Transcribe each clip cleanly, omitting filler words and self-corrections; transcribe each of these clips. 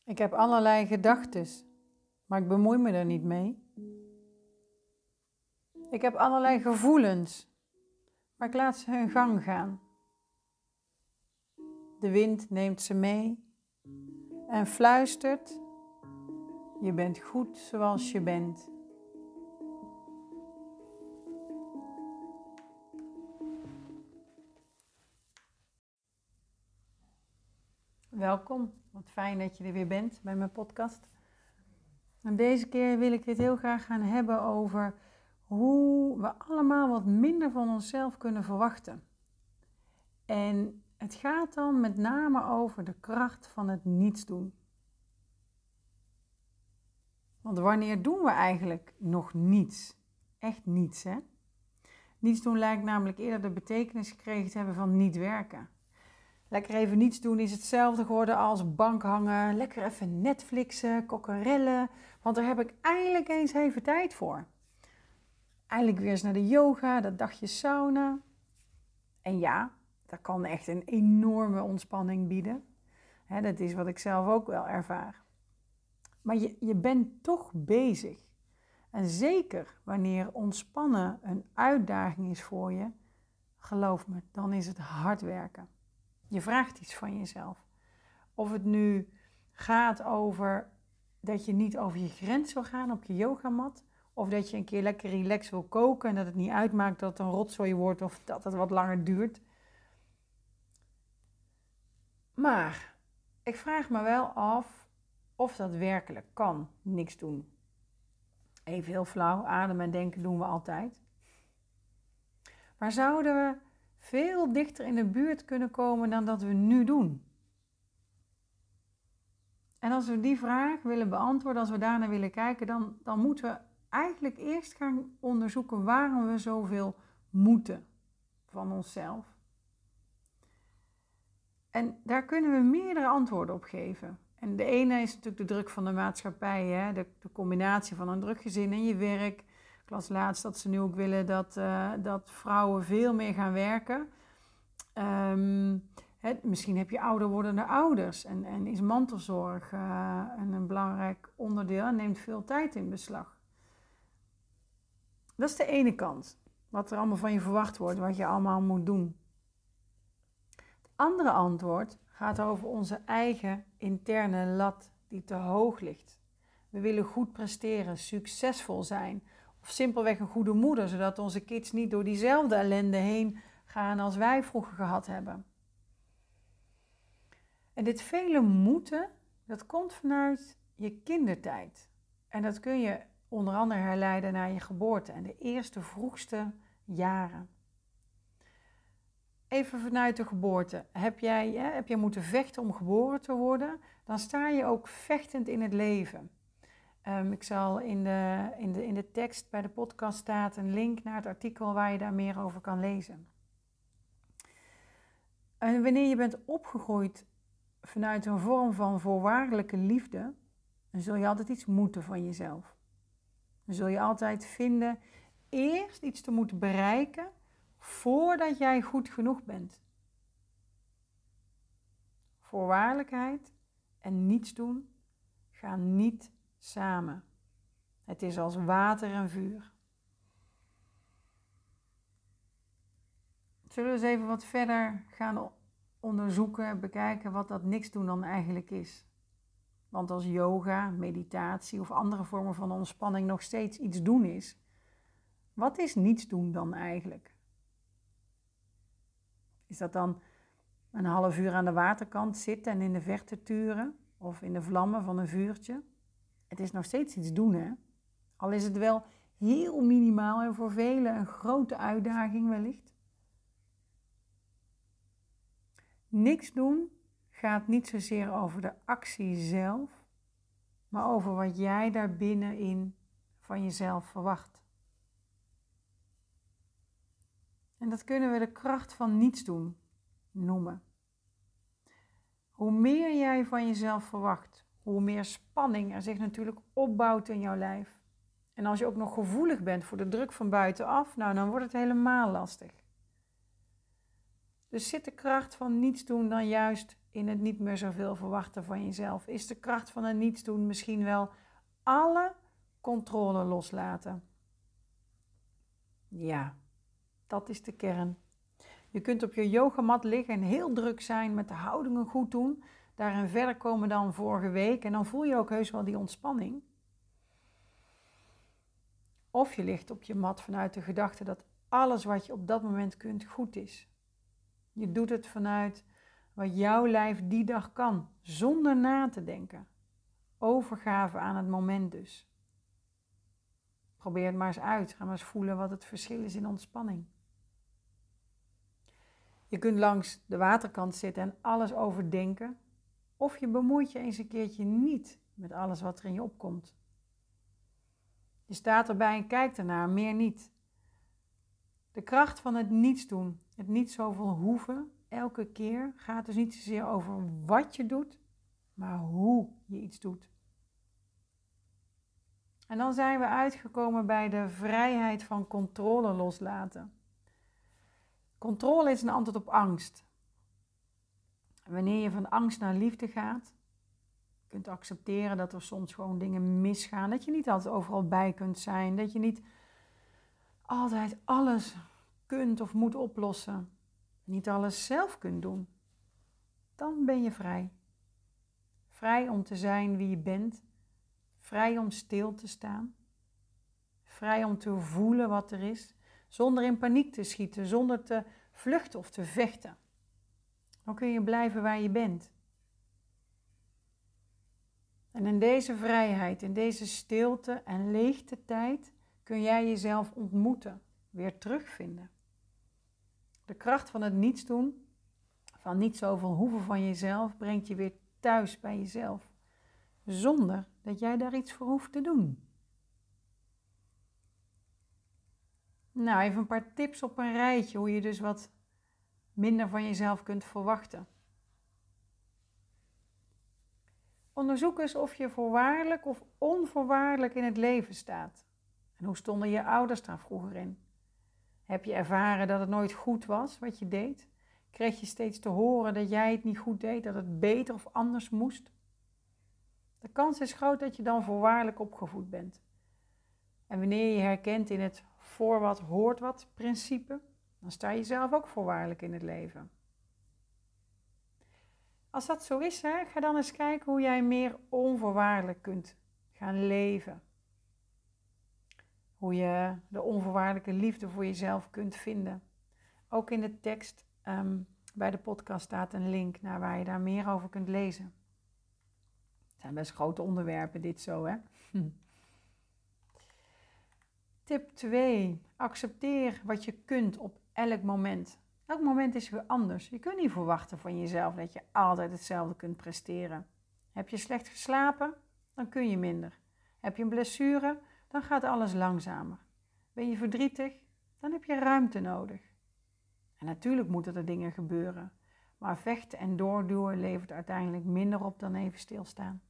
Ik heb allerlei gedachtes, maar ik bemoei me er niet mee. Ik heb allerlei gevoelens, maar ik laat ze hun gang gaan. De wind neemt ze mee en fluistert: je bent goed zoals je bent. Welkom, wat fijn dat je er weer bent bij mijn podcast. En deze keer wil ik het heel graag gaan hebben over hoe we allemaal wat minder van onszelf kunnen verwachten. En het gaat dan met name over de kracht van het niets doen. Want wanneer doen we eigenlijk nog niets? Echt niets, hè? Niets doen lijkt namelijk eerder de betekenis gekregen te hebben van niet werken. Lekker even niets doen is hetzelfde geworden als bank hangen, lekker even Netflixen, kokkerellen, want daar heb ik eindelijk eens even tijd voor. Eindelijk weer eens naar de yoga, dat dagje sauna. En ja, dat kan echt een enorme ontspanning bieden. Dat is wat ik zelf ook wel ervaar. Maar je bent toch bezig. En zeker wanneer ontspannen een uitdaging is voor je, geloof me, dan is het hard werken. Je vraagt iets van jezelf. Of het nu gaat over dat je niet over je grens wil gaan op je yogamat. Of dat je een keer lekker relaxed wil koken en dat het niet uitmaakt dat het een rotzooi wordt of dat het wat langer duurt. Maar ik vraag me wel af of dat werkelijk kan, niks doen. Even heel flauw, ademen en denken doen we altijd. Maar zouden we veel dichter in de buurt kunnen komen dan dat we nu doen? En als we die vraag willen beantwoorden, als we daarnaar willen kijken, dan moeten we eigenlijk eerst gaan onderzoeken waarom we zoveel moeten van onszelf. En daar kunnen we meerdere antwoorden op geven. En de ene is natuurlijk de druk van de maatschappij, hè? De combinatie van een druk gezin en je werk. Ik las laatst dat ze nu ook willen dat vrouwen veel meer gaan werken. Misschien heb je ouder wordende ouders en is mantelzorg een belangrijk onderdeel en neemt veel tijd in beslag. Dat is de ene kant, wat er allemaal van je verwacht wordt, wat je allemaal moet doen. Het andere antwoord gaat over onze eigen interne lat die te hoog ligt. We willen goed presteren, succesvol zijn of simpelweg een goede moeder, zodat onze kids niet door diezelfde ellende heen gaan als wij vroeger gehad hebben. En dit vele moeten, dat komt vanuit je kindertijd. En dat kun je onder andere herleiden naar je geboorte en de eerste vroegste jaren. Even vanuit de geboorte. Heb jij moeten vechten om geboren te worden, dan sta je ook vechtend in het leven. Ik zal in de tekst bij de podcast staat een link naar het artikel waar je daar meer over kan lezen. En wanneer je bent opgegroeid vanuit een vorm van voorwaardelijke liefde, dan zul je altijd iets moeten van jezelf. Dan zul je altijd vinden eerst iets te moeten bereiken voordat jij goed genoeg bent. Voorwaardelijkheid en niets doen gaan niet samen. Het is als water en vuur. Zullen we eens even wat verder gaan onderzoeken, bekijken wat dat niks doen dan eigenlijk is. Want als yoga, meditatie of andere vormen van ontspanning nog steeds iets doen is, wat is niets doen dan eigenlijk? Is dat dan een half uur aan de waterkant zitten en in de verte turen of in de vlammen van een vuurtje? Het is nog steeds iets doen, hè? Al is het wel heel minimaal en voor velen een grote uitdaging wellicht. Niks doen gaat niet zozeer over de actie zelf, maar over wat jij daar binnenin van jezelf verwacht. En dat kunnen we de kracht van niets doen noemen. Hoe meer jij van jezelf verwacht, hoe meer spanning er zich natuurlijk opbouwt in jouw lijf. En als je ook nog gevoelig bent voor de druk van buitenaf, dan wordt het helemaal lastig. Dus zit de kracht van niets doen dan juist in het niet meer zoveel verwachten van jezelf? Is de kracht van het niets doen misschien wel alle controle loslaten? Ja, dat is de kern. Je kunt op je yogamat liggen en heel druk zijn met de houdingen goed doen. Daarin verder komen dan vorige week en dan voel je ook heus wel die ontspanning. Of je ligt op je mat vanuit de gedachte dat alles wat je op dat moment kunt goed is. Je doet het vanuit wat jouw lijf die dag kan, zonder na te denken. Overgave aan het moment dus. Probeer het maar eens uit. Ga maar eens voelen wat het verschil is in ontspanning. Je kunt langs de waterkant zitten en alles overdenken. Of je bemoeit je eens een keertje niet met alles wat er in je opkomt. Je staat erbij en kijkt ernaar, meer niet. De kracht van het niets doen, het niet zoveel hoeven, elke keer, gaat dus niet zozeer over wat je doet, maar hoe je iets doet. En dan zijn we uitgekomen bij de vrijheid van controle loslaten. Controle is een antwoord op angst. Wanneer je van angst naar liefde gaat, je kunt accepteren dat er soms gewoon dingen misgaan, dat je niet altijd overal bij kunt zijn, dat je niet altijd alles kunt of moet oplossen, niet alles zelf kunt doen, dan ben je vrij. Vrij om te zijn wie je bent, vrij om stil te staan, vrij om te voelen wat er is, zonder in paniek te schieten, zonder te vluchten of te vechten. Dan kun je blijven waar je bent. En in deze vrijheid, in deze stilte en leegte tijd, kun jij jezelf ontmoeten, weer terugvinden. De kracht van het niets doen, van niet zoveel hoeven van jezelf, brengt je weer thuis bij jezelf. Zonder dat jij daar iets voor hoeft te doen. Nou, even een paar tips op een rijtje hoe je dus wat minder van jezelf kunt verwachten. Onderzoek eens of je voorwaardelijk of onvoorwaardelijk in het leven staat. En hoe stonden je ouders daar vroeger in? Heb je ervaren dat het nooit goed was wat je deed? Kreeg je steeds te horen dat jij het niet goed deed, dat het beter of anders moest? De kans is groot dat je dan voorwaardelijk opgevoed bent. En wanneer je herkent in het voor wat hoort wat principe, dan sta je zelf ook voorwaardelijk in het leven. Als dat zo is, ga dan eens kijken hoe jij meer onvoorwaardelijk kunt gaan leven. Hoe je de onvoorwaardelijke liefde voor jezelf kunt vinden. Ook in de tekst bij de podcast staat een link naar waar je daar meer over kunt lezen. Het zijn best grote onderwerpen dit zo, hè? Tip 2. Accepteer wat je kunt op elk moment. Elk moment is weer anders. Je kunt niet verwachten van jezelf dat je altijd hetzelfde kunt presteren. Heb je slecht geslapen? Dan kun je minder. Heb je een blessure? Dan gaat alles langzamer. Ben je verdrietig? Dan heb je ruimte nodig. En natuurlijk moeten er dingen gebeuren. Maar vechten en doorduwen levert uiteindelijk minder op dan even stilstaan.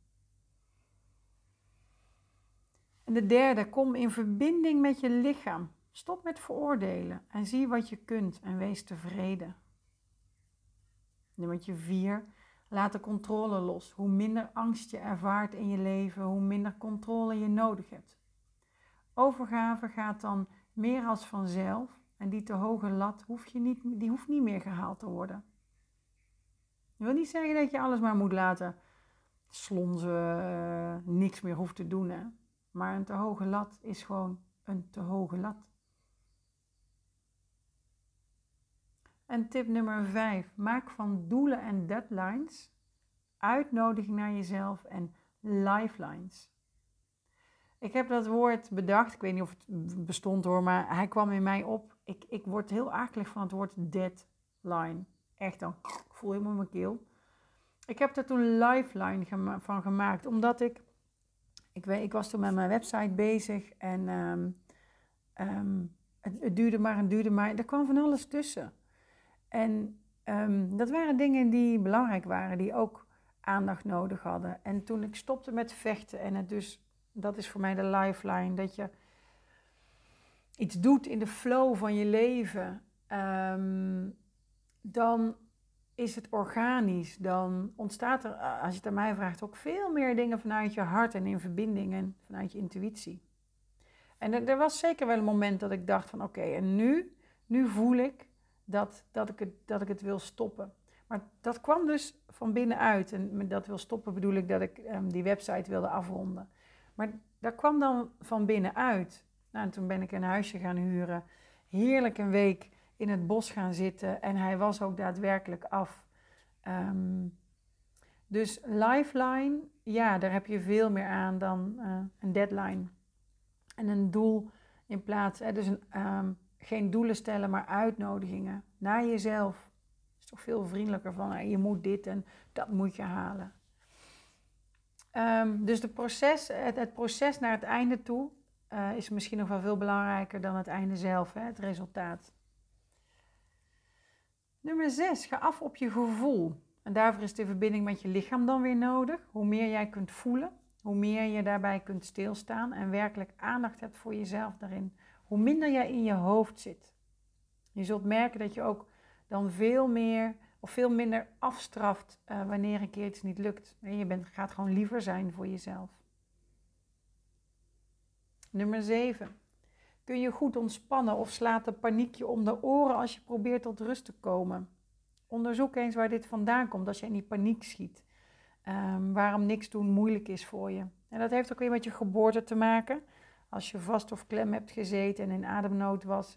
En de derde, kom in verbinding met je lichaam. Stop met veroordelen en zie wat je kunt en wees tevreden. Nummer 4, laat de controle los. Hoe minder angst je ervaart in je leven, hoe minder controle je nodig hebt. Overgave gaat dan meer als vanzelf en die te hoge lat hoeft niet meer gehaald te worden. Ik wil niet zeggen dat je alles maar moet laten slonzen, niks meer hoeft te doen, hè? Maar een te hoge lat is gewoon een te hoge lat. En tip nummer 5. Maak van doelen en deadlines uitnodiging naar jezelf en lifelines. Ik heb dat woord bedacht. Ik weet niet of het bestond hoor, maar hij kwam in mij op. Ik word heel akelig van het woord deadline. Echt dan, ik voel helemaal mijn keel. Ik heb er toen lifeline van gemaakt, omdat ik was toen met mijn website bezig en het duurde maar. Er kwam van alles tussen. En dat waren dingen die belangrijk waren, die ook aandacht nodig hadden. En toen ik stopte met vechten en dat is voor mij de lifeline, dat je iets doet in de flow van je leven, dan is het organisch. Dan ontstaat er, als je het aan mij vraagt, ook veel meer dingen vanuit je hart en in verbinding en vanuit je intuïtie. En er was zeker wel een moment dat ik dacht van oké, en nu voel ik dat ik het wil stoppen. Maar dat kwam dus van binnenuit. En met dat wil stoppen bedoel ik dat ik die website wilde afronden. Maar dat kwam dan van binnenuit. Nou, en toen ben ik een huisje gaan huren. Heerlijk een week in het bos gaan zitten. En hij was ook daadwerkelijk af. Dus Lifeline, ja, daar heb je veel meer aan dan een deadline. En een doel in plaats, dus geen doelen stellen, maar uitnodigingen naar jezelf. Dat is toch veel vriendelijker van, je moet dit en dat moet je halen. Dus het proces naar het einde toe is misschien nog wel veel belangrijker dan het einde zelf, het resultaat. Nummer 6, ga af op je gevoel. En daarvoor is de verbinding met je lichaam dan weer nodig. Hoe meer jij kunt voelen, hoe meer je daarbij kunt stilstaan en werkelijk aandacht hebt voor jezelf daarin. Hoe minder jij in je hoofd zit. Je zult merken dat je ook dan veel minder afstraft wanneer een keer iets niet lukt. Je gaat gewoon liever zijn voor jezelf. Nummer 7. Kun je goed ontspannen of slaat de paniek je om de oren als je probeert tot rust te komen? Onderzoek eens waar dit vandaan komt als je in die paniek schiet. Waarom niks doen moeilijk is voor je. En dat heeft ook weer met je geboorte te maken. Als je vast of klem hebt gezeten en in ademnood was,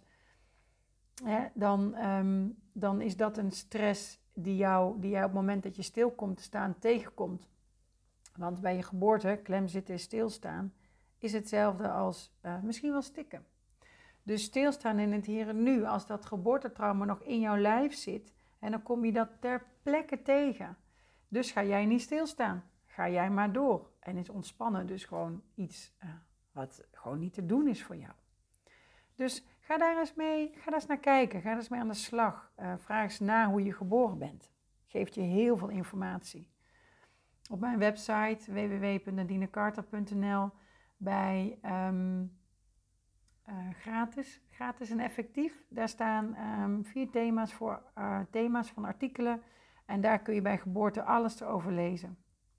dan is dat een stress die jij op het moment dat je stil komt te staan tegenkomt. Want bij je geboorte, klem zitten en stilstaan, is hetzelfde als misschien wel stikken. Dus stilstaan in het hier en nu, als dat geboortetrauma nog in jouw lijf zit, en dan kom je dat ter plekke tegen. Dus ga jij niet stilstaan. Ga jij maar door. En is ontspannen dus gewoon iets wat gewoon niet te doen is voor jou. Dus ga daar eens naar kijken. Ga daar eens mee aan de slag. Vraag eens na hoe je geboren bent. Geeft je heel veel informatie. Op mijn website www.nadinecarter.nl bij gratis en effectief. Daar staan 4 thema's van artikelen. En daar kun je bij geboorte alles erover lezen.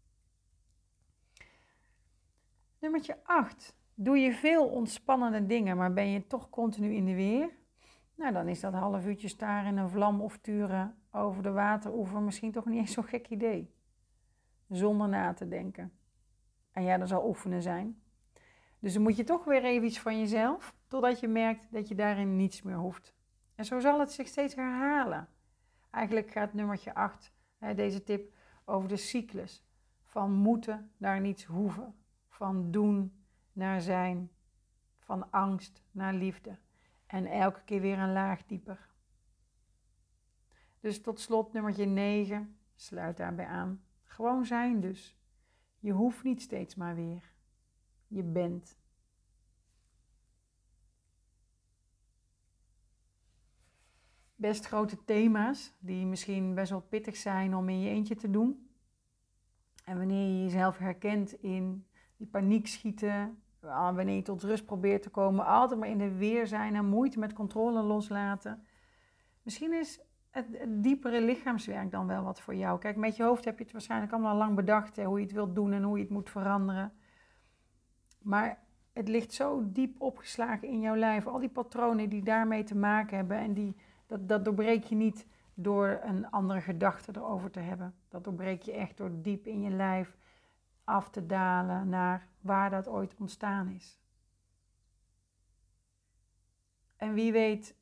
Nummertje 8. Doe je veel ontspannende dingen, maar ben je toch continu in de weer? Nou, dan is dat half uurtje staren in een vlam of turen over de wateroever misschien toch niet eens zo'n gek idee. Zonder na te denken. En ja, dat zal oefenen zijn. Dus dan moet je toch weer even iets van jezelf, totdat je merkt dat je daarin niets meer hoeft. En zo zal het zich steeds herhalen. Eigenlijk gaat nummertje 8, deze tip, over de cyclus. Van moeten naar niets hoeven. Van doen naar zijn. Van angst naar liefde. En elke keer weer een laag dieper. Dus tot slot nummertje 9, sluit daarbij aan. Gewoon zijn dus. Je hoeft niet steeds maar weer. Je bent. Best grote thema's die misschien best wel pittig zijn om in je eentje te doen. En wanneer je jezelf herkent in die paniek schieten, wanneer je tot rust probeert te komen, altijd maar in de weer zijn en moeite met controle loslaten. Misschien is het diepere lichaamswerk dan wel wat voor jou. Kijk, met je hoofd heb je het waarschijnlijk allemaal lang bedacht, hoe je het wilt doen en hoe je het moet veranderen. Maar het ligt zo diep opgeslagen in jouw lijf. Al die patronen die daarmee te maken hebben. En dat doorbreek je niet door een andere gedachte erover te hebben. Dat doorbreek je echt door diep in je lijf af te dalen naar waar dat ooit ontstaan is. En wie weet,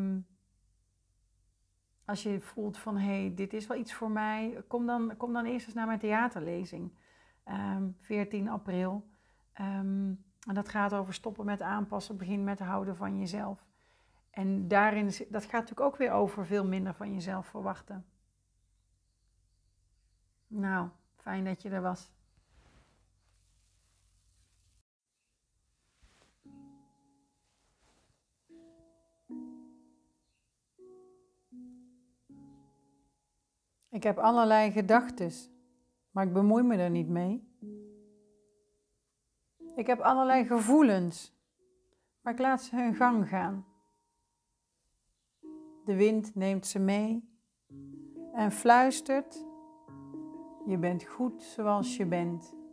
als je voelt van dit is wel iets voor mij. Kom dan eerst eens naar mijn theaterlezing. 14 april. En dat gaat over stoppen met aanpassen, begin met houden van jezelf. En dat gaat natuurlijk ook weer over veel minder van jezelf verwachten. Nou, fijn dat je er was. Ik heb allerlei gedachtes, maar ik bemoei me er niet mee. Ik heb allerlei gevoelens, maar ik laat ze hun gang gaan. De wind neemt ze mee en fluistert: je bent goed zoals je bent.